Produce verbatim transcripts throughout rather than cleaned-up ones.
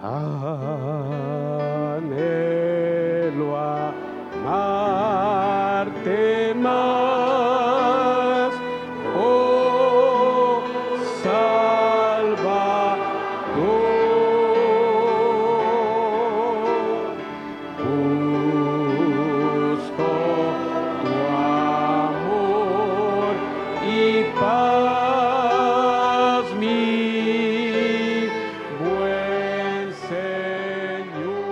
Anhelo amarte más, oh Salvador. Busco tu amor y paz, mi buen Señor.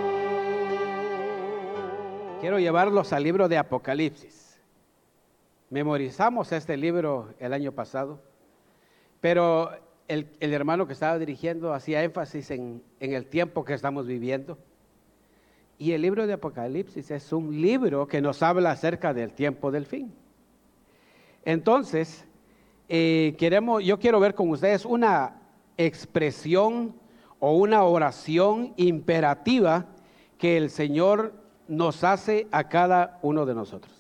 Quiero llevarlos al libro de Apocalipsis. Memorizamos este libro el año pasado, pero el, el hermano que estaba dirigiendo hacía énfasis en, en el tiempo que estamos viviendo. Y el libro de Apocalipsis es un libro que nos habla acerca del tiempo del fin. Entonces, eh, queremos, yo quiero ver con ustedes una expresión o una oración imperativa que el Señor nos hace a cada uno de nosotros.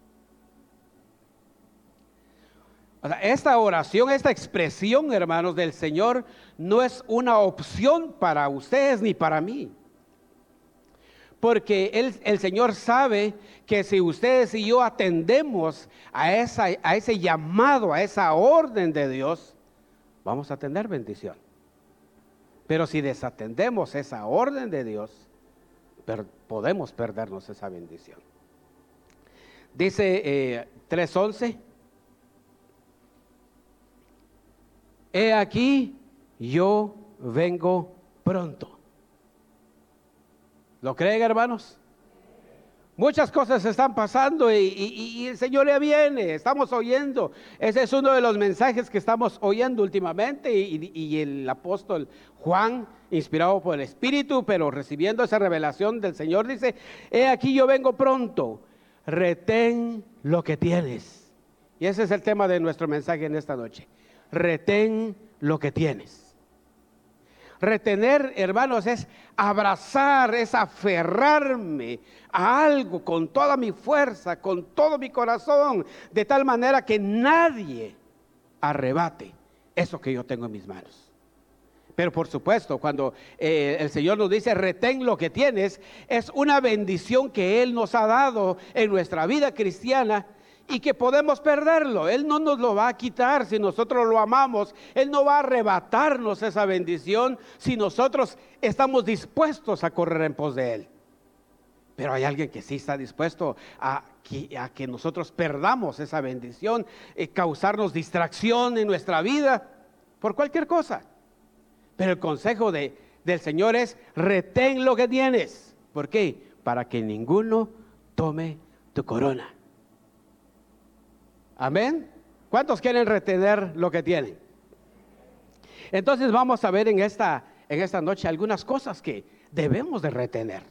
O sea, esta oración, esta expresión, hermanos, del Señor no es una opción para ustedes ni para mí. Porque él, el Señor sabe que si ustedes y yo atendemos a, esa, a ese llamado, a esa orden de Dios, vamos a tener bendición. Pero si desatendemos esa orden de Dios, per, podemos perdernos esa bendición. Dice eh, tres once. He aquí, yo vengo pronto. ¿Lo creen, hermanos? Muchas cosas están pasando y, y, y el Señor ya viene, estamos oyendo. Ese es uno de los mensajes que estamos oyendo últimamente y, y el apóstol Juan, inspirado por el Espíritu, pero recibiendo esa revelación del Señor, dice: he aquí yo vengo pronto, retén lo que tienes. Y ese es el tema de nuestro mensaje en esta noche. Retén lo que tienes. Retener, hermanos, es abrazar, es aferrarme a algo con toda mi fuerza, con todo mi corazón, de tal manera que nadie arrebate eso que yo tengo en mis manos. Pero por supuesto, cuando eh, el Señor nos dice retén lo que tienes, es una bendición que Él nos ha dado en nuestra vida cristiana, y que podemos perderlo. Él no nos lo va a quitar si nosotros lo amamos. Él no va a arrebatarnos esa bendición si nosotros estamos dispuestos a correr en pos de Él. Pero hay alguien que sí está dispuesto a que, a que nosotros perdamos esa bendición, eh, causarnos distracción en nuestra vida por cualquier cosa. Pero el consejo de, del Señor es: retén lo que tienes. ¿Por qué? Para que ninguno tome tu corona. Amén. ¿Cuántos quieren retener lo que tienen? Entonces vamos a ver en esta, en esta noche algunas cosas que debemos de retener.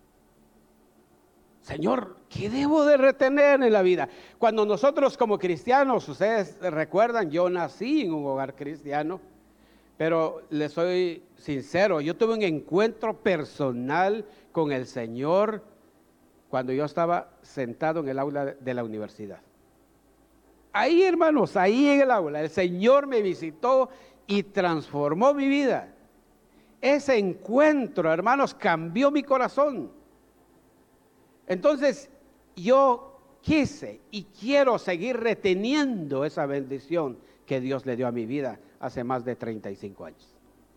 Señor, ¿qué debo de retener en la vida? Cuando nosotros como cristianos, ustedes recuerdan, yo nací en un hogar cristiano, pero les soy sincero, yo tuve un encuentro personal con el Señor cuando yo estaba sentado en el aula de la universidad. Ahí, hermanos, ahí en el aula, el Señor me visitó y transformó mi vida. Ese encuentro, hermanos, cambió mi corazón. Entonces, yo quise y quiero seguir reteniendo esa bendición que Dios le dio a mi vida hace más de treinta y cinco años.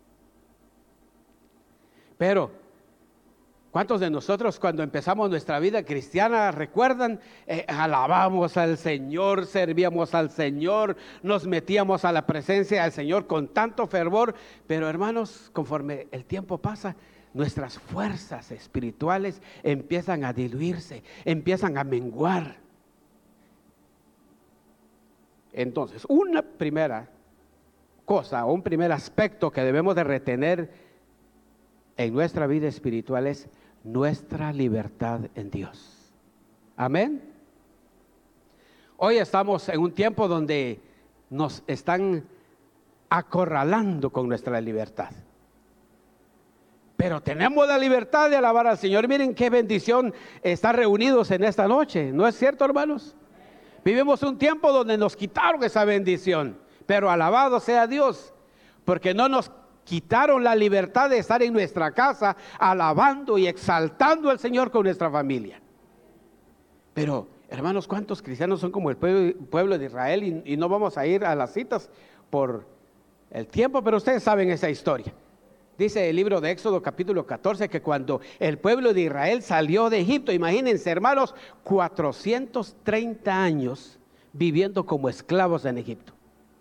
Pero ¿cuántos de nosotros cuando empezamos nuestra vida cristiana recuerdan? Eh, alabamos al Señor, servíamos al Señor, nos metíamos a la presencia del Señor con tanto fervor. Pero hermanos, conforme el tiempo pasa, nuestras fuerzas espirituales empiezan a diluirse, empiezan a menguar. Entonces, una primera cosa, un primer aspecto que debemos de retener en nuestra vida espiritual es nuestra libertad en Dios. Amén. Hoy estamos en un tiempo donde nos están acorralando con nuestra libertad. Pero tenemos la libertad de alabar al Señor. Miren qué bendición estar reunidos en esta noche. ¿No es cierto, hermanos? Vivimos un tiempo donde nos quitaron esa bendición. Pero alabado sea Dios, porque no nos quitaron la libertad de estar en nuestra casa alabando y exaltando al Señor con nuestra familia. Pero, hermanos, ¿cuántos cristianos son como el pueblo, pueblo de Israel? Y, y no vamos a ir a las citas por el tiempo, pero ustedes saben esa historia. Dice el libro de Éxodo capítulo catorce que cuando el pueblo de Israel salió de Egipto, imagínense, hermanos, cuatrocientos treinta años viviendo como esclavos en Egipto.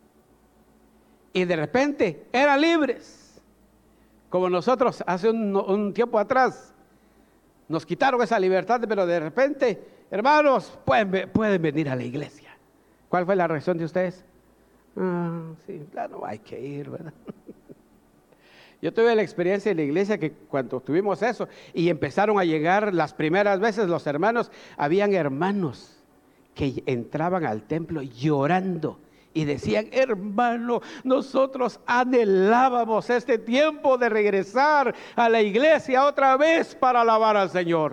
Y de repente eran libres, como nosotros hace un, un tiempo atrás. Nos quitaron esa libertad, pero de repente, hermanos, pueden, pueden venir a la iglesia. ¿Cuál fue la reacción de ustedes? Ah, sí, claro, hay que ir, ¿verdad? Yo tuve la experiencia en la iglesia que cuando tuvimos eso y empezaron a llegar las primeras veces los hermanos, habían hermanos que entraban al templo llorando y decían: hermano, nosotros anhelábamos este tiempo de regresar a la iglesia otra vez para alabar al Señor.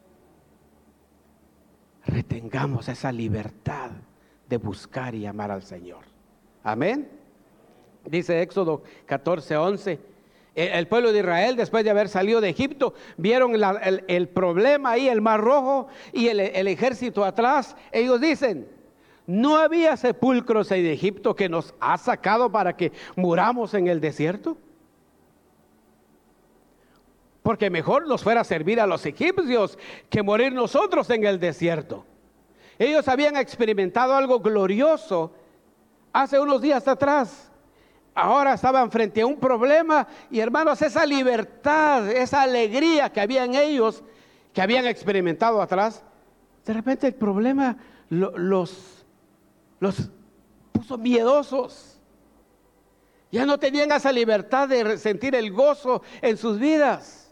Retengamos esa libertad de buscar y amar al Señor. Amén. Dice Éxodo catorce, once. El pueblo de Israel, después de haber salido de Egipto, vieron la, el, el problema ahí, el Mar Rojo y el, el ejército atrás. Ellos dicen: ¿no había sepulcros en Egipto que nos ha sacado para que muramos en el desierto? Porque mejor nos fuera a servir a los egipcios que morir nosotros en el desierto. Ellos habían experimentado algo glorioso hace unos días atrás. Ahora estaban frente a un problema y, hermanos, esa libertad, esa alegría que había en ellos, que habían experimentado atrás, de repente el problema lo, los, los puso miedosos. Ya no tenían esa libertad de sentir el gozo en sus vidas.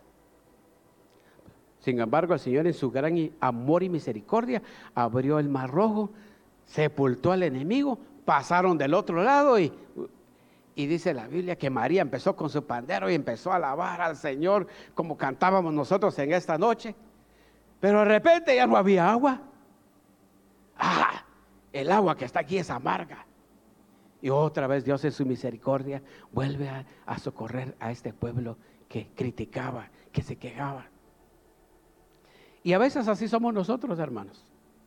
Sin embargo, el Señor, en su gran amor y misericordia, abrió el Mar Rojo, sepultó al enemigo, pasaron del otro lado y... Y dice la Biblia que María empezó con su pandero y empezó a alabar al Señor como cantábamos nosotros en esta noche. Pero de repente ya no había agua. Ah, el agua que está aquí es amarga. Y otra vez Dios en su misericordia vuelve a, a socorrer a este pueblo que criticaba, que se quejaba. Y a veces así somos nosotros, hermanos.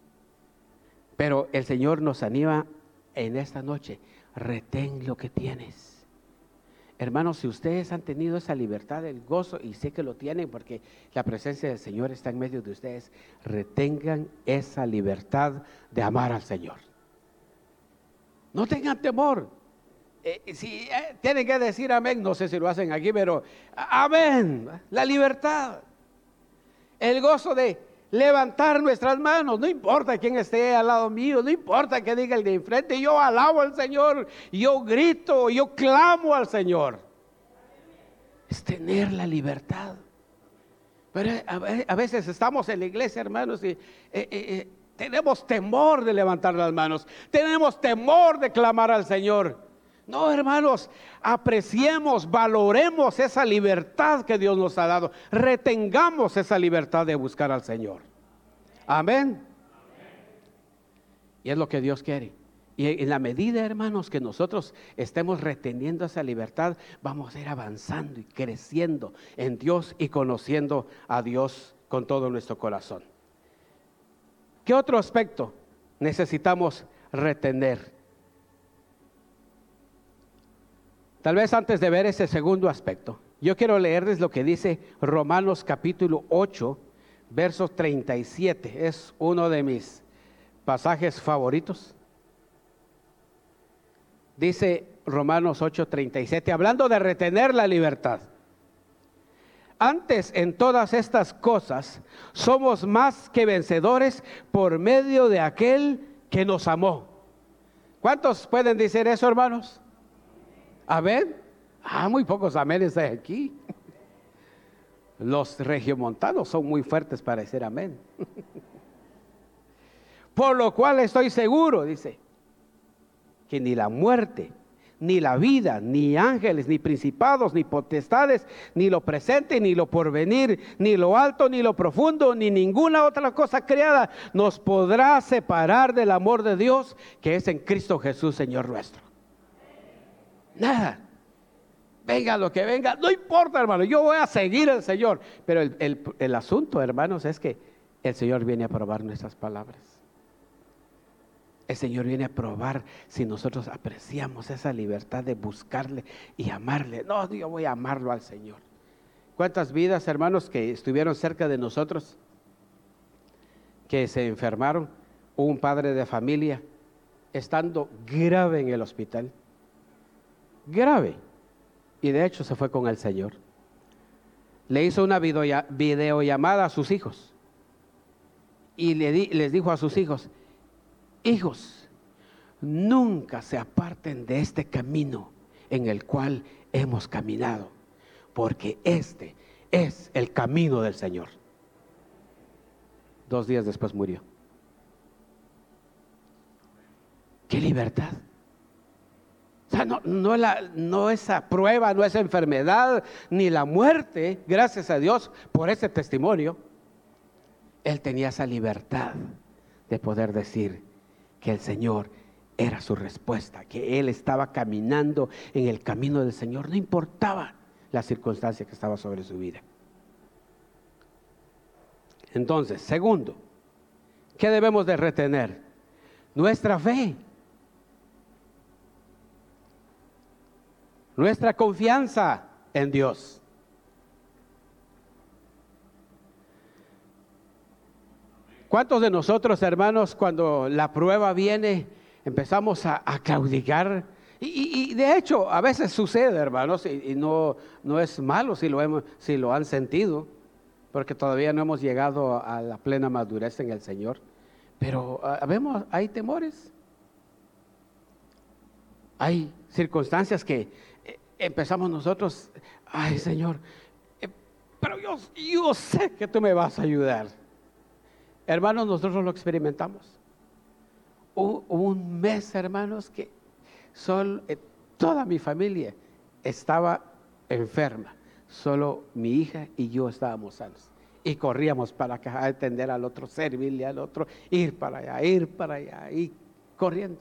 Pero el Señor nos anima en esta noche: retén lo que tienes. Hermanos, si ustedes han tenido esa libertad del gozo, y sé que lo tienen porque la presencia del Señor está en medio de ustedes, retengan esa libertad de amar al Señor. No tengan temor. Eh, si eh, tienen que decir amén, no sé si lo hacen aquí, pero amén. La libertad, el gozo de levantar nuestras manos, no importa quién esté al lado mío, no importa que diga el de enfrente, yo alabo al Señor, yo grito, yo clamo al Señor. Es tener la libertad. Pero a veces estamos en la iglesia, hermanos, y eh, eh, eh, tenemos temor de levantar las manos, tenemos temor de clamar al Señor. No, hermanos, apreciemos, valoremos esa libertad que Dios nos ha dado. Retengamos esa libertad de buscar al Señor. Amén. Y es lo que Dios quiere. Y en la medida, hermanos, que nosotros estemos reteniendo esa libertad, vamos a ir avanzando y creciendo en Dios y conociendo a Dios con todo nuestro corazón. ¿Qué otro aspecto necesitamos retener? Tal vez antes de ver ese segundo aspecto, yo quiero leerles lo que dice Romanos capítulo ocho, verso treinta y siete. Es uno de mis pasajes favoritos. Dice Romanos ocho, treinta y siete, hablando de retener la libertad: antes, en todas estas cosas, somos más que vencedores por medio de aquel que nos amó. ¿Cuántos pueden decir eso, hermanos? Amén. Ah, muy pocos aménes hay aquí. Los regiomontanos son muy fuertes para decir amén. Por lo cual estoy seguro, dice, que ni la muerte, ni la vida, ni ángeles, ni principados, ni potestades, ni lo presente, ni lo porvenir, ni lo alto, ni lo profundo, ni ninguna otra cosa creada nos podrá separar del amor de Dios que es en Cristo Jesús, Señor nuestro. Nada, venga lo que venga, no importa, hermano, yo voy a seguir al Señor. Pero el, el, el asunto, hermanos, es que el Señor viene a probar nuestras palabras. El Señor viene a probar si nosotros apreciamos esa libertad de buscarle y amarle. No, yo voy a amarlo al Señor. ¿Cuántas vidas, hermanos, que estuvieron cerca de nosotros, que se enfermaron? Hubo un padre de familia estando grave en el hospital, grave, y de hecho se fue con el Señor. Le hizo una videollamada a sus hijos y le di, les dijo a sus hijos: hijos, nunca se aparten de este camino en el cual hemos caminado, porque este es el camino del Señor. Dos días después murió. ¡Qué libertad! O sea, no, no, la, no esa prueba, no esa enfermedad, ni la muerte, gracias a Dios por ese testimonio. Él tenía esa libertad de poder decir que el Señor era su respuesta, que él estaba caminando en el camino del Señor, no importaba la circunstancia que estaba sobre su vida. Entonces, segundo, ¿qué debemos de retener? Nuestra fe, nuestra confianza en Dios. ¿Cuántos de nosotros, hermanos, cuando la prueba viene, empezamos a, a claudicar? Y, y, y de hecho, a veces sucede, hermanos, y, y no, no es malo si lo, hemos, si lo han sentido, porque todavía no hemos llegado a la plena madurez en el Señor. Pero uh, vemos, hay temores, hay circunstancias que eh, empezamos nosotros, ay Señor, eh, pero yo, yo sé que tú me vas a ayudar. Hermanos, nosotros lo experimentamos. Hubo un mes, hermanos, que solo, eh, toda mi familia estaba enferma. Solo mi hija y yo estábamos sanos. Y corríamos para acá a atender al otro, servirle al otro, ir para allá, ir para allá, y corriendo.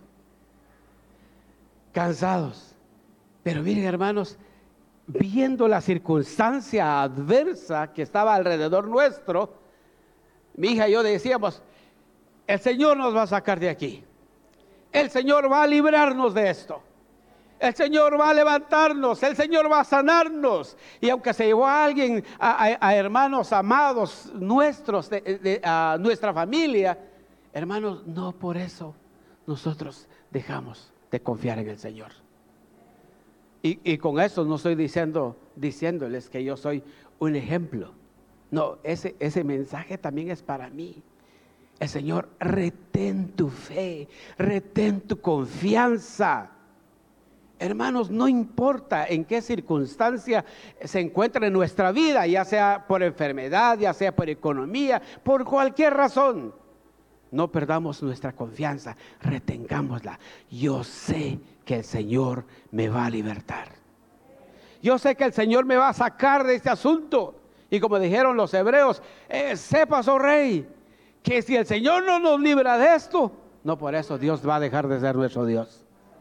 Cansados. Pero miren, hermanos, viendo la circunstancia adversa que estaba alrededor nuestro, mi hija y yo decíamos: el Señor nos va a sacar de aquí. El Señor va a librarnos de esto. El Señor va a levantarnos, el Señor va a sanarnos. Y aunque se llevó a alguien, a, a, a hermanos amados nuestros, de, de, a nuestra familia, hermanos, no por eso nosotros dejamos de confiar en el Señor. Y, y con eso no estoy diciendo, diciéndoles que yo soy un ejemplo. No, ese, ese mensaje también es para mí. El Señor, retén tu fe, retén tu confianza. Hermanos, no importa en qué circunstancia se encuentra en nuestra vida, ya sea por enfermedad, ya sea por economía, por cualquier razón, no perdamos nuestra confianza, retengámosla. Yo sé que el Señor me va a libertar. Yo sé que el Señor me va a sacar de este asunto. Y como dijeron los hebreos, eh, sepas, oh rey, que si el Señor no nos libra de esto, no por eso Dios va a dejar de ser nuestro Dios.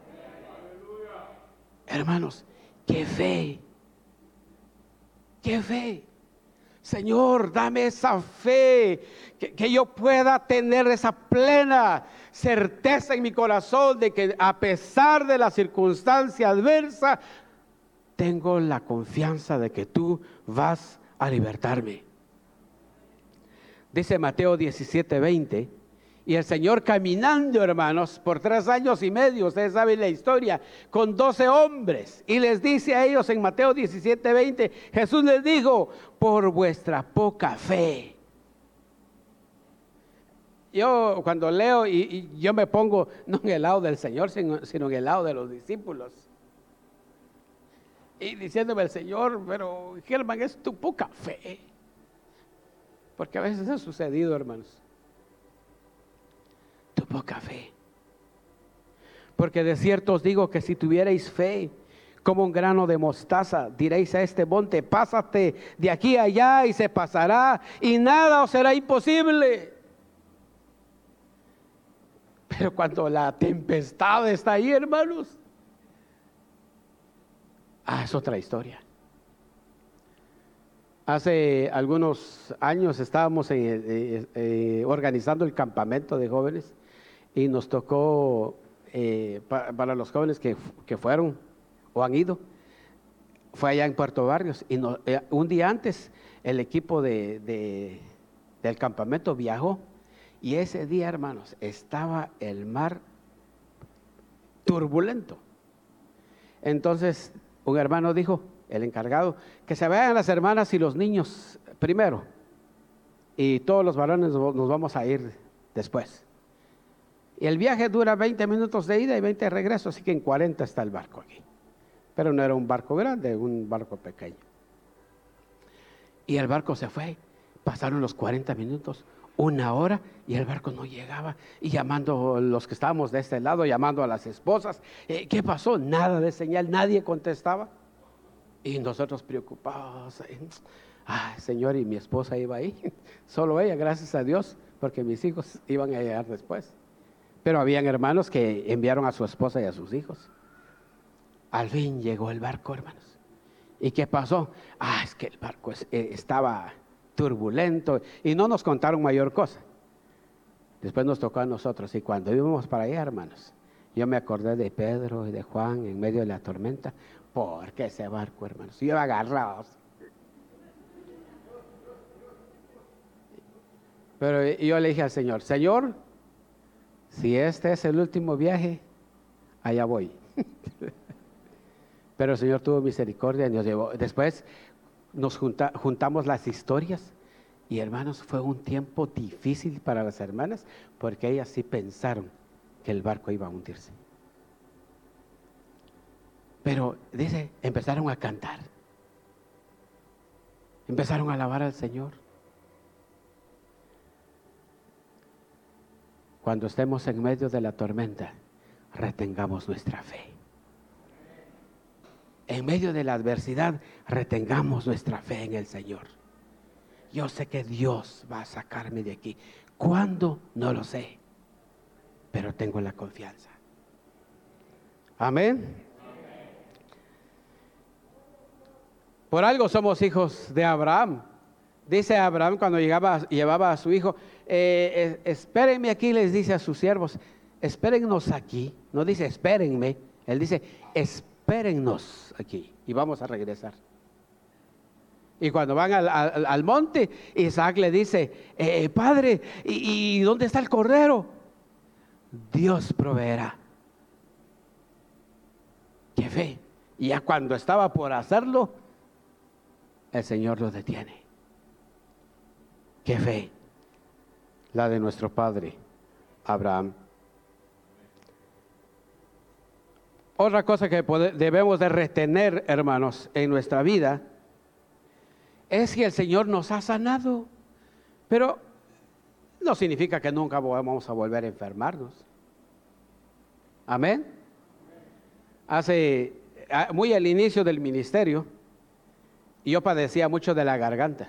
Hermanos, qué fe, qué fe. Señor, dame esa fe, que, que yo pueda tener esa plena certeza en mi corazón de que a pesar de la circunstancia adversa, tengo la confianza de que tú vas a libertarme. Dice Mateo diecisiete veinte. Y el Señor caminando, hermanos, por tres años y medio, ustedes saben la historia, con doce hombres. Y les dice a ellos en Mateo diecisiete veinte, Jesús les dijo: por vuestra poca fe. Yo cuando leo y, y yo me pongo no en el lado del Señor, sino, sino en el lado de los discípulos. Y diciéndome el Señor: pero Germán, es tu poca fe. Porque a veces ha sucedido, hermanos. Tu poca fe. Porque de cierto os digo que si tuvierais fe como un grano de mostaza, diréis a este monte: pásate de aquí a allá, y se pasará, y nada os será imposible. Pero cuando la tempestad está ahí, hermanos, Ah, es otra historia. Hace algunos años estábamos eh, eh, eh, organizando el campamento de jóvenes y nos tocó, eh, pa, para los jóvenes que, que fueron o han ido, fue allá en Puerto Barrios. Y no, eh, un día antes el equipo de, de, del campamento viajó y ese día, hermanos, estaba el mar turbulento. Entonces un hermano dijo, el encargado, que se vayan las hermanas y los niños primero y todos los varones nos vamos a ir después. Y el viaje dura veinte minutos de ida y veinte de regreso, así que en cuarenta está el barco aquí. Pero no era un barco grande, un barco pequeño. Y el barco se fue, pasaron los cuarenta minutos, una hora, y el barco no llegaba. Y llamando a los que estábamos de este lado, llamando a las esposas, eh, ¿qué pasó? Nada de señal, nadie contestaba. Y nosotros preocupados, ay, Señor, y mi esposa iba ahí, solo ella, gracias a Dios, porque mis hijos iban a llegar después. Pero habían hermanos que enviaron a su esposa y a sus hijos. Al fin llegó el barco, hermanos. ¿Y qué pasó? Ah, es que el barco es, eh, estaba turbulento y no nos contaron mayor cosa. Después nos tocó a nosotros y cuando íbamos para allá, hermanos, yo me acordé de Pedro y de Juan en medio de la tormenta, porque ese barco, hermanos, iba agarrados. Pero yo le dije al Señor, Señor, si este es el último viaje, allá voy. Pero el Señor tuvo misericordia y nos llevó. Después nos junta, juntamos las historias y, hermanos, fue un tiempo difícil para las hermanas porque ellas sí pensaron que el barco iba a hundirse. Pero dice, empezaron a cantar, empezaron a alabar al Señor. Cuando estemos en medio de la tormenta, retengamos nuestra fe. En medio de la adversidad, retengamos nuestra fe en el Señor. Yo sé que Dios va a sacarme de aquí. ¿Cuándo? No lo sé, pero tengo la confianza. Amén. Por algo somos hijos de Abraham. Dice Abraham cuando llegaba, llevaba a su hijo, eh, eh, espérenme aquí, les dice a sus siervos, espérennos aquí. No dice espérenme, él dice espérennos aquí y vamos a regresar. Y cuando van al, al, al monte, Isaac le dice, eh, padre, ¿y, ¿y dónde está el cordero? Dios proveerá. ¡Qué fe! Y ya cuando estaba por hacerlo, el Señor lo detiene. ¡Qué fe! La de nuestro padre Abraham. Otra cosa que debemos de retener, hermanos, en nuestra vida es que el Señor nos ha sanado, pero no significa que nunca vamos a volver a enfermarnos. Amén. Hace muy al inicio del ministerio, yo padecía mucho de la garganta.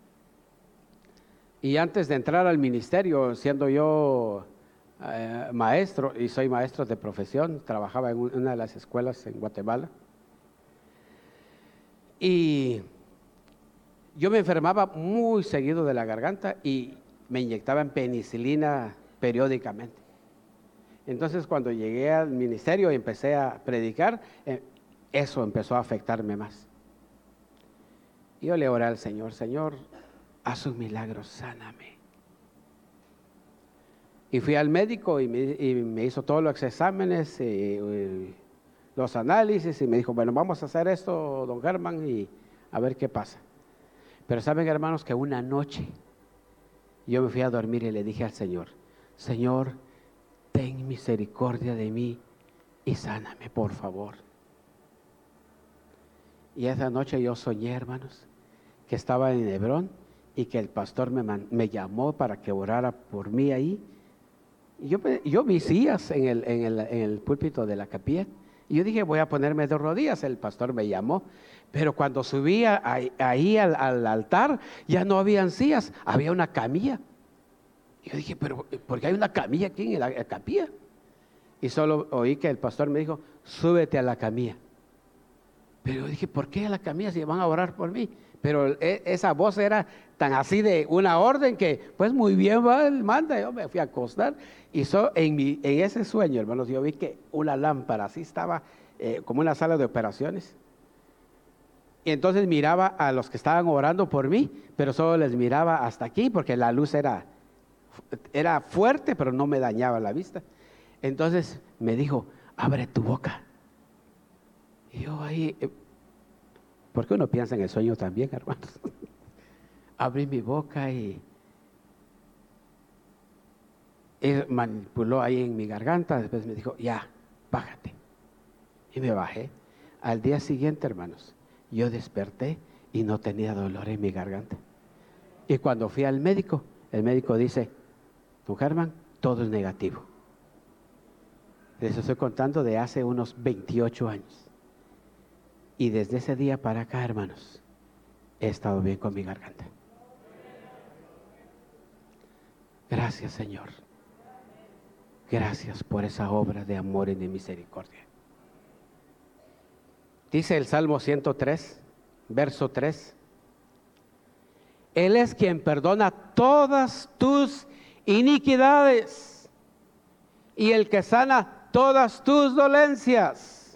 Y antes de entrar al ministerio, siendo yo eh, maestro, y soy maestro de profesión, trabajaba en una de las escuelas en Guatemala. Y yo me enfermaba muy seguido de la garganta y me inyectaban penicilina periódicamente. Entonces, cuando llegué al ministerio y empecé a predicar, eh, eso empezó a afectarme más. Y yo le oré al Señor, Señor, haz un milagro, sáname. Y fui al médico y me, y me hizo todos los exámenes, y, y los análisis, y me dijo, bueno, vamos a hacer esto, don Germán, y a ver qué pasa. Pero saben, hermanos, que una noche yo me fui a dormir y le dije al Señor, Señor, ten misericordia de mí y sáname, por favor. Y esa noche yo soñé, hermanos, que estaba en Hebrón y que el pastor me, man, me llamó para que orara por mí ahí. Y yo, yo vi sillas en el, en, el, en el púlpito de la capilla y yo dije, voy a ponerme de rodillas. El pastor me llamó, pero cuando subía ahí, ahí al, al altar ya no habían sillas, había una camilla. Y yo dije, pero ¿por qué hay una camilla aquí en la, la capilla? Y solo oí que el pastor me dijo, súbete a la camilla. Pero dije, ¿por qué a la camilla si van a orar por mí? Pero e- esa voz era tan así de una orden que, pues muy bien, va, él manda. Yo me fui a acostar y so, en, mi, en ese sueño, hermanos, yo vi que una lámpara así estaba eh, como una sala de operaciones. Y entonces miraba a los que estaban orando por mí, pero solo les miraba hasta aquí porque la luz era, era fuerte, pero no me dañaba la vista. Entonces me dijo, abre tu boca. Y yo ahí, eh, porque uno piensa en el sueño también, hermanos. Abrí mi boca y él manipuló ahí en mi garganta. Después me dijo, ya, bájate. Y me bajé. Al día siguiente, hermanos, yo desperté y no tenía dolor en mi garganta. Y cuando fui al médico, el médico dice, don Germán, todo es negativo. Les estoy contando de hace unos veintiocho años. Y desde ese día para acá, hermanos, he estado bien con mi garganta. Gracias, Señor. Gracias por esa obra de amor y de misericordia. Dice el Salmo ciento tres, verso tres. Él es quien perdona todas tus iniquidades y el que sana todas tus dolencias.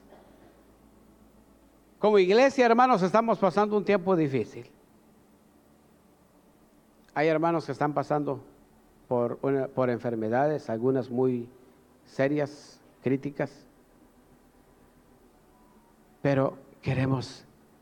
Como iglesia, hermanos, estamos pasando un tiempo difícil. Hay hermanos que están pasando por, una, por enfermedades, algunas muy serias, críticas. Pero queremos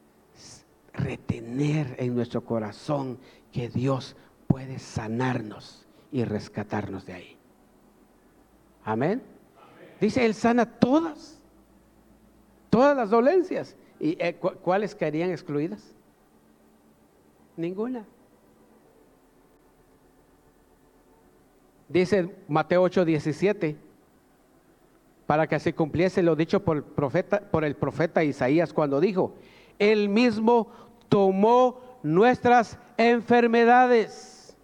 retener en nuestro corazón que Dios puede sanarnos y rescatarnos de ahí. Amén. Dice, Él sana todas, todas las dolencias. ¿Y eh, cu- cuáles quedarían excluidas? Ninguna. Dice Mateo ocho diecisiete, para que se cumpliese lo dicho por el profeta, por el profeta Isaías cuando dijo, Él mismo tomó nuestras enfermedades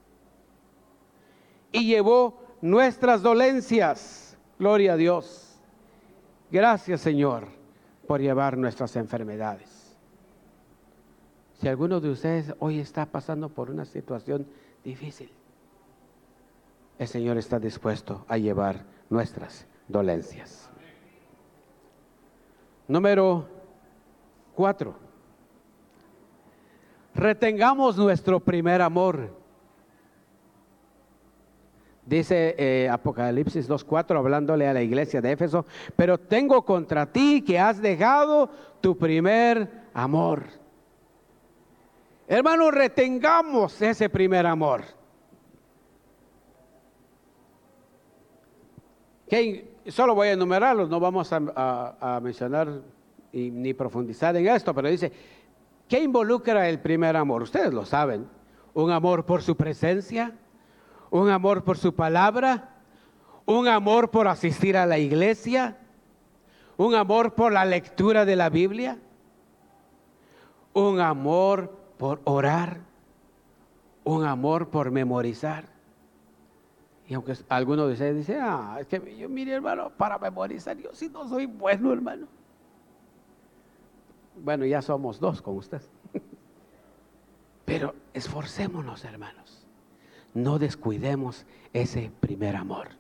y llevó nuestras dolencias. Gloria a Dios. Gracias, Señor, por llevar nuestras enfermedades. Si alguno de ustedes hoy está pasando por una situación difícil, el Señor está dispuesto a llevar nuestras dolencias. Número cuatro. Retengamos nuestro primer amor. Dice eh, Apocalipsis dos cuatro, hablándole a la iglesia de Éfeso, pero tengo contra ti que has dejado tu primer amor. Hermanos, retengamos ese primer amor. Que solo voy a enumerarlos, no vamos a, a, a mencionar y, ni profundizar en esto, pero dice, ¿qué involucra el primer amor? Ustedes lo saben, un amor por su presencia, un amor por su palabra, un amor por asistir a la iglesia, un amor por la lectura de la Biblia, un amor por orar, un amor por memorizar. Y aunque algunos de ustedes dicen, ah, es que yo, mire, hermano, para memorizar, yo sí no soy bueno, hermano. Bueno, ya somos dos con usted. Pero esforcémonos, hermanos. No descuidemos ese primer amor.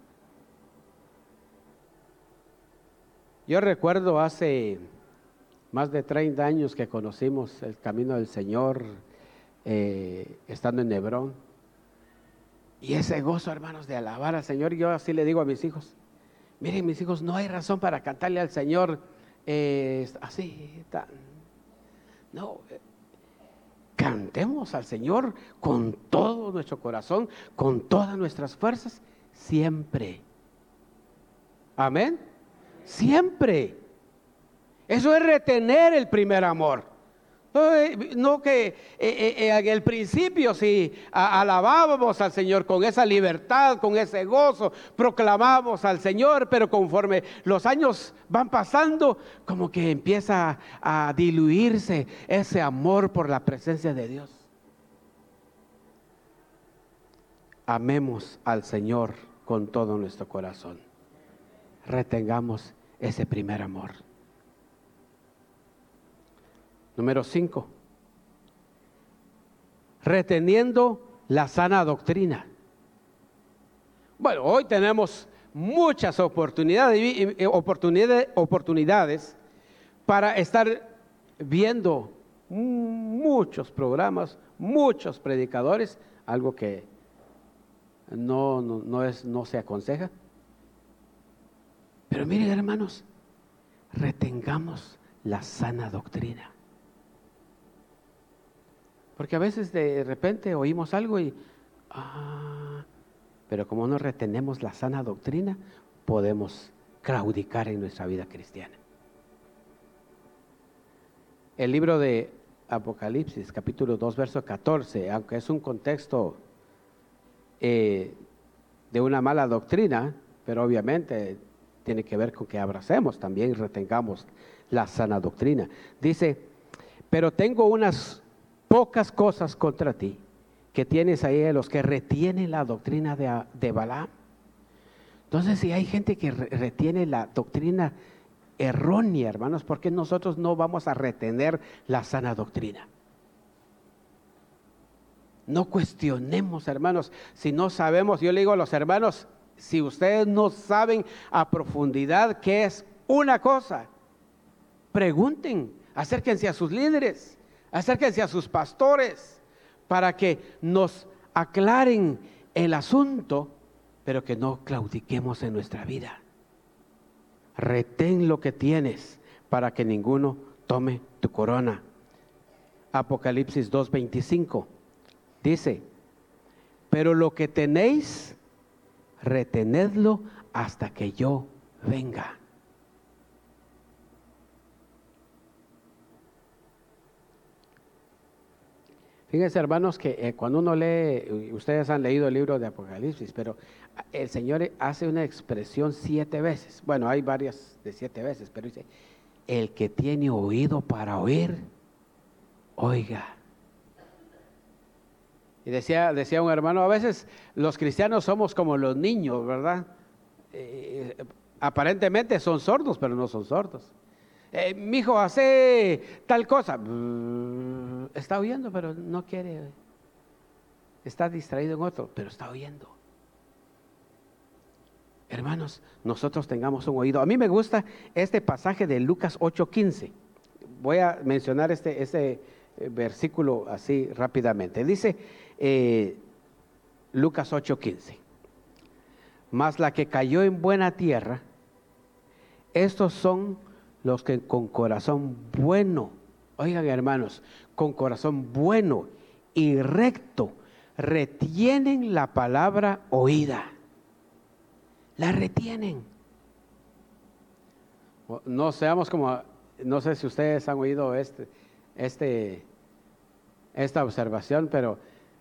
Yo recuerdo hace más de treinta años que conocimos el camino del Señor, eh, estando en Hebrón. Y ese gozo, hermanos, de alabar al Señor, yo así le digo a mis hijos, miren mis hijos, no hay razón para cantarle al Señor eh, así, tan, no, eh, cantemos al Señor con todo nuestro corazón, con todas nuestras fuerzas, siempre. Amén. Siempre. Eso es retener el primer amor. No, eh, no que eh, eh, en el principio sí a, alabábamos al Señor con esa libertad, con ese gozo, proclamamos al Señor, pero conforme los años van pasando, como que empieza a, a diluirse ese amor por la presencia de Dios. Amemos al Señor con todo nuestro corazón. Retengamos ese primer amor. Número cinco, reteniendo la sana doctrina. Bueno, hoy tenemos muchas oportunidades, oportunidades, oportunidades para estar viendo muchos programas, muchos predicadores, algo que no, no, no, es, no se aconseja. Pero miren, hermanos, retengamos la sana doctrina. Porque a veces de repente oímos algo y, ah, pero como no retenemos la sana doctrina, podemos claudicar en nuestra vida cristiana. El libro de Apocalipsis, capítulo dos, verso catorce, aunque es un contexto eh, de una mala doctrina, pero obviamente tiene que ver con que abracemos también y retengamos la sana doctrina. Dice, pero tengo unas pocas cosas contra ti, que tienes ahí a los que retienen la doctrina de, de Balaam. Entonces, si hay gente que re, retiene la doctrina errónea, hermanos, ¿por qué nosotros no vamos a retener la sana doctrina? No cuestionemos, hermanos, si no sabemos. Yo le digo a los hermanos, si ustedes no saben a profundidad qué es una cosa, pregunten, acérquense a sus líderes, acérquense a sus pastores, para que nos aclaren el asunto, pero que no claudiquemos en nuestra vida. Retén lo que tienes para que ninguno tome tu corona. Apocalipsis dos veinticinco dice, pero lo que tenéis, retenedlo hasta que yo venga. Fíjense, hermanos, que eh, cuando uno lee, ustedes han leído el libro de Apocalipsis, pero el Señor hace una expresión siete veces. Bueno, hay varias de siete veces, pero dice, el que tiene oído para oír, oiga. Y decía, decía un hermano, a veces los cristianos somos como los niños, ¿verdad? Eh, aparentemente son sordos, pero no son sordos. Eh, mi hijo hace tal cosa, está oyendo, pero no quiere, está distraído en otro, pero está oyendo. Hermanos, nosotros tengamos un oído. A mí me gusta este pasaje de Lucas ocho quince. Voy a mencionar este, este versículo así rápidamente. Dice eh, Lucas ocho quince, mas la que cayó en buena tierra, estos son los que con corazón bueno, oigan hermanos, con corazón bueno y recto, retienen la palabra oída. La retienen. No seamos como, no sé si ustedes han oído este, este, esta observación, pero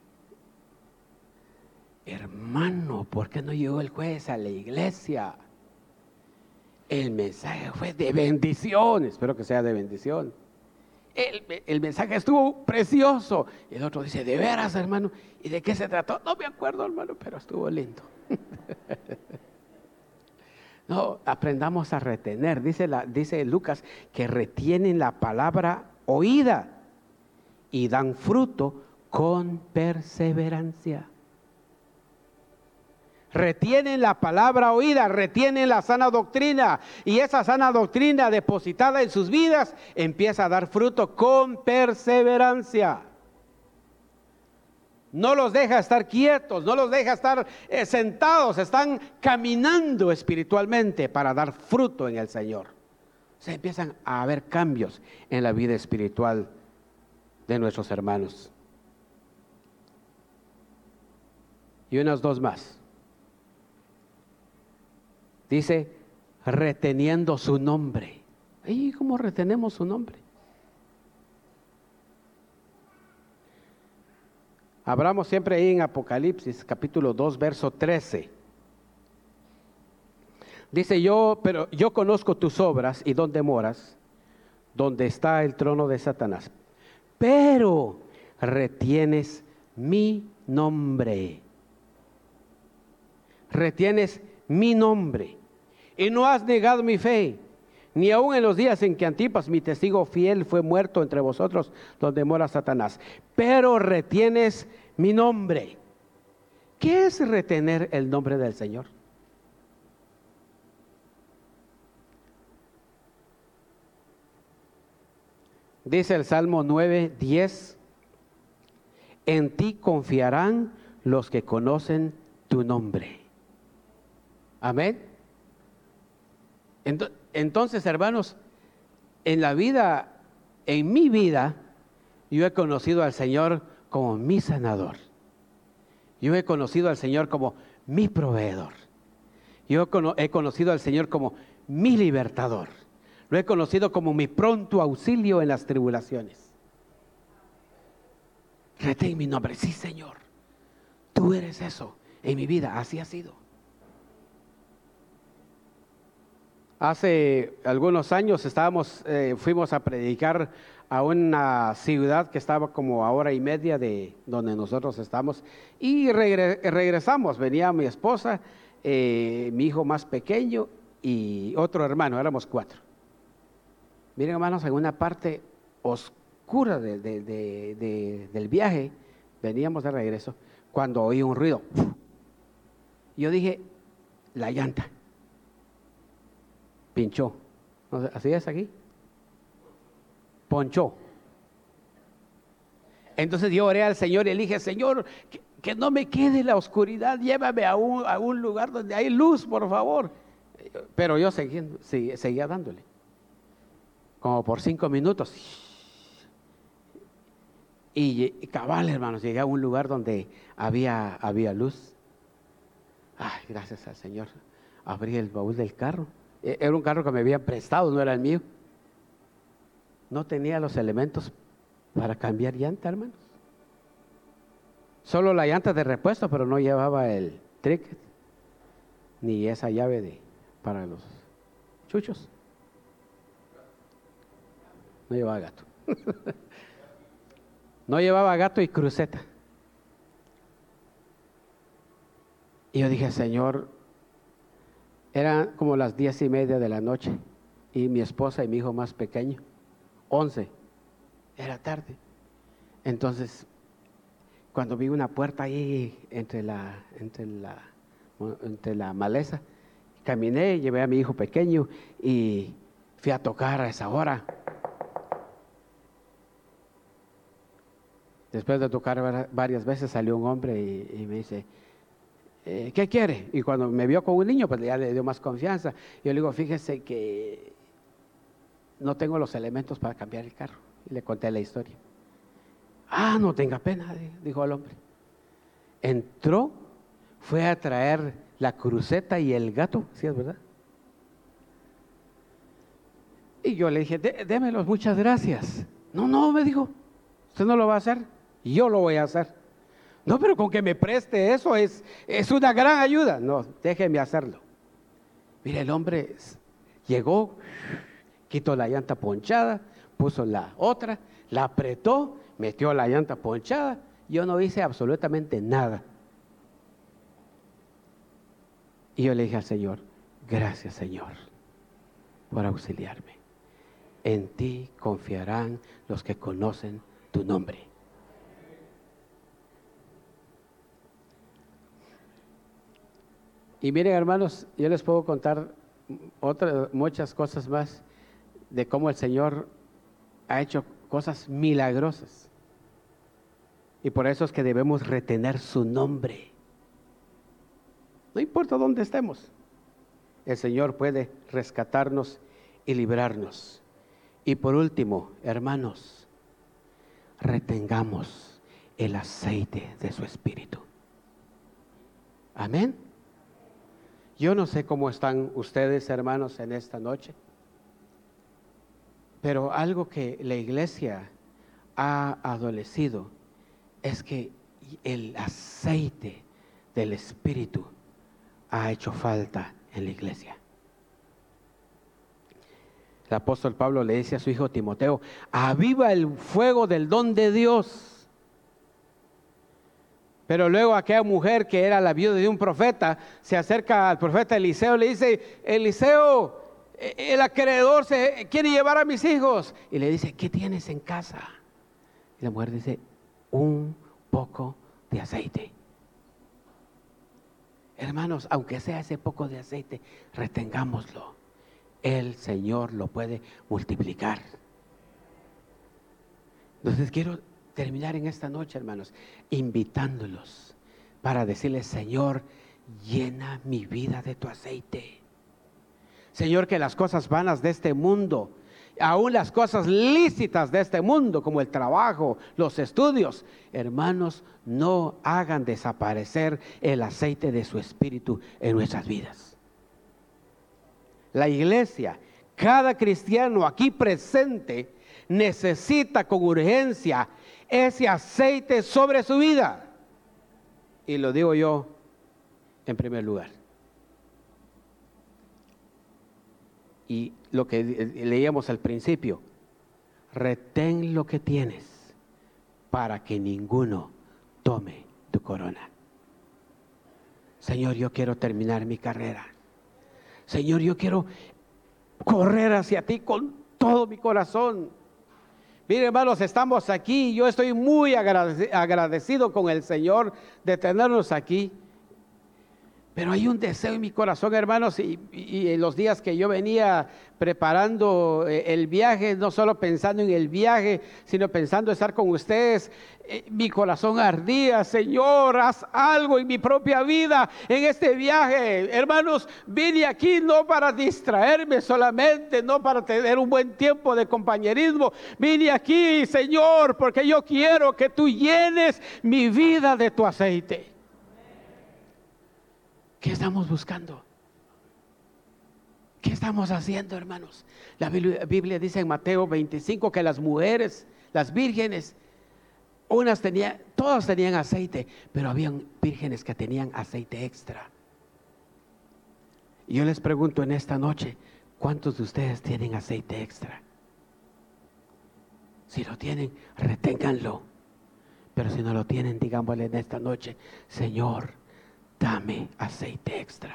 hermano, ¿por qué no llegó el jueves a la iglesia? El mensaje fue de bendición, espero que sea de bendición. El, el mensaje estuvo precioso. Y el otro dice, ¿de veras, hermano? ¿Y de qué se trató? No me acuerdo, hermano, pero estuvo lindo. No, aprendamos a retener. Dice, la, dice Lucas que retienen la palabra oída y dan fruto con perseverancia. Retienen la palabra oída, retienen la sana doctrina, y esa sana doctrina depositada en sus vidas empieza a dar fruto con perseverancia. No los deja estar quietos, no los deja estar eh, sentados, están caminando espiritualmente para dar fruto en el Señor. Se empiezan a haber cambios en la vida espiritual de nuestros hermanos. Y unas dos más. Dice, reteniendo su nombre. ¿Y cómo retenemos su nombre? Abramos siempre ahí en Apocalipsis, capítulo dos, verso trece. Dice, yo, pero yo conozco tus obras y dónde moras, donde está el trono de Satanás. Pero retienes mi nombre. Retienes mi nombre. Y no has negado mi fe, ni aun en los días en que Antipas, mi testigo fiel, fue muerto entre vosotros, donde mora Satanás. Pero retienes mi nombre. ¿Qué es retener el nombre del Señor? Dice el Salmo nueve, diez, en ti confiarán los que conocen tu nombre. Amén. Entonces, hermanos, en la vida, en mi vida, yo he conocido al Señor como mi sanador. Yo he conocido al Señor como mi proveedor. Yo he conocido al Señor como mi libertador. Lo he conocido como mi pronto auxilio en las tribulaciones. Retén mi nombre. Sí, Señor. Tú eres eso en mi vida. Así ha sido. Hace algunos años estábamos, eh, fuimos a predicar a una ciudad que estaba como a hora y media de donde nosotros estamos, y regre- regresamos. Venía mi esposa, eh, mi hijo más pequeño y otro hermano, éramos cuatro. Miren, hermanos, en una parte oscura de, de, de, de, del viaje, veníamos de regreso, cuando oí un ruido. Yo dije, la llanta pinchó. ¿Así es aquí? Ponchó. Entonces yo oré al Señor y le dije, Señor, que, que no me quede la oscuridad, llévame a un, a un lugar donde hay luz, por favor. Pero yo seguía, seguía, seguía dándole. Como por cinco minutos. Y, y cabal, hermanos, llegué a un lugar donde había, había luz. Ay, gracias al Señor. Abrí el baúl del carro. Era un carro que me habían prestado, no era el mío. No tenía los elementos para cambiar llanta, hermanos. Solo la llanta de repuesto, pero no llevaba el ticket ni esa llave de, para los chuchos. No llevaba gato. No llevaba gato y cruceta. Y yo dije, Señor, eran como las diez y media de la noche, y mi esposa y mi hijo más pequeño, once, era tarde. Entonces, cuando vi una puerta ahí entre la, entre la, entre la maleza, caminé, llevé a mi hijo pequeño y fui a tocar a esa hora. Después de tocar varias veces salió un hombre y, y me dice, eh, ¿qué quiere? Y cuando me vio con un niño, pues ya le dio más confianza. Yo le digo, fíjese que no tengo los elementos para cambiar el carro. Y le conté la historia. Ah, no tenga pena, dijo el hombre. Entró, fue a traer la cruceta y el gato, ¿sí es verdad? Y yo le dije, démelos, muchas gracias. No, no, me dijo, usted no lo va a hacer, yo lo voy a hacer. No, pero con que me preste eso es, es una gran ayuda. No, déjeme hacerlo. Mire, el hombre llegó, quitó la llanta ponchada, puso la otra, la apretó, metió la llanta ponchada. Yo no hice absolutamente nada. Y yo le dije al Señor, gracias, Señor, por auxiliarme. En ti confiarán los que conocen tu nombre. Y miren, hermanos, yo les puedo contar otras muchas cosas más de cómo el Señor ha hecho cosas milagrosas. Y por eso es que debemos retener su nombre. No importa dónde estemos, el Señor puede rescatarnos y librarnos. Y por último, hermanos, retengamos el aceite de su Espíritu. Amén. Yo no sé cómo están ustedes, hermanos, en esta noche, pero algo que la iglesia ha adolecido es que el aceite del Espíritu ha hecho falta en la iglesia. El apóstol Pablo le dice a su hijo Timoteo, aviva el fuego del don de Dios. Pero luego aquella mujer que era la viuda de un profeta se acerca al profeta Eliseo y le dice, Eliseo, el acreedor se quiere llevar a mis hijos y le dice, ¿qué tienes en casa? Y la mujer dice, un poco de aceite. Hermanos, aunque sea ese poco de aceite, retengámoslo. El Señor lo puede multiplicar. Entonces quiero terminar en esta noche, hermanos, invitándolos para decirles, Señor, llena mi vida de tu aceite. Señor, que las cosas vanas de este mundo, aún las cosas lícitas de este mundo, como el trabajo, los estudios, hermanos, no hagan desaparecer el aceite de su espíritu en nuestras vidas. La iglesia, cada cristiano aquí presente, necesita con urgencia ese aceite sobre su vida. Y lo digo yo en primer lugar. Y lo que leíamos al principio, retén lo que tienes para que ninguno tome tu corona. Señor, yo quiero terminar mi carrera. Señor, yo quiero correr hacia ti con todo mi corazón. Miren, hermanos, estamos aquí. Yo estoy muy agradecido con el Señor de tenernos aquí. Pero hay un deseo en mi corazón, hermanos, y, y en los días que yo venía preparando el viaje, no solo pensando en el viaje, sino pensando estar con ustedes, eh, mi corazón ardía. Señor, haz algo en mi propia vida en este viaje. Hermanos, vine aquí no para distraerme solamente, no para tener un buen tiempo de compañerismo. Vine aquí, Señor, porque yo quiero que tú llenes mi vida de tu aceite. ¿Qué estamos buscando? ¿Qué estamos haciendo, hermanos? La Biblia, Biblia dice en Mateo veinticinco que las mujeres, las vírgenes, unas tenían, todas tenían aceite, pero habían vírgenes que tenían aceite extra. Y yo les pregunto en esta noche, ¿cuántos de ustedes tienen aceite extra? Si lo tienen, reténganlo. Pero si no lo tienen, digámosle en esta noche, Señor, dame aceite extra.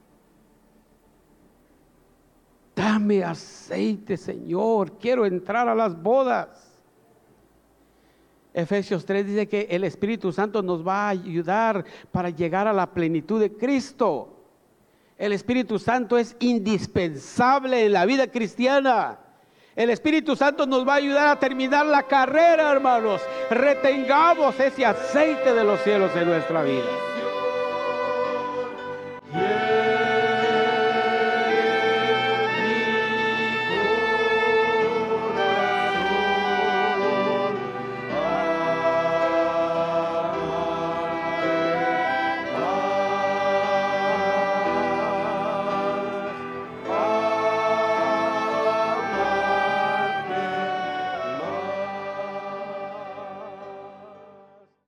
Dame aceite, Señor. Quiero entrar a las bodas. Efesios tres dice que el Espíritu Santo nos va a ayudar para llegar a la plenitud de Cristo. El Espíritu Santo es indispensable en la vida cristiana. El Espíritu Santo nos va a ayudar a terminar la carrera, hermanos. Retengamos ese aceite de los cielos en nuestra vida.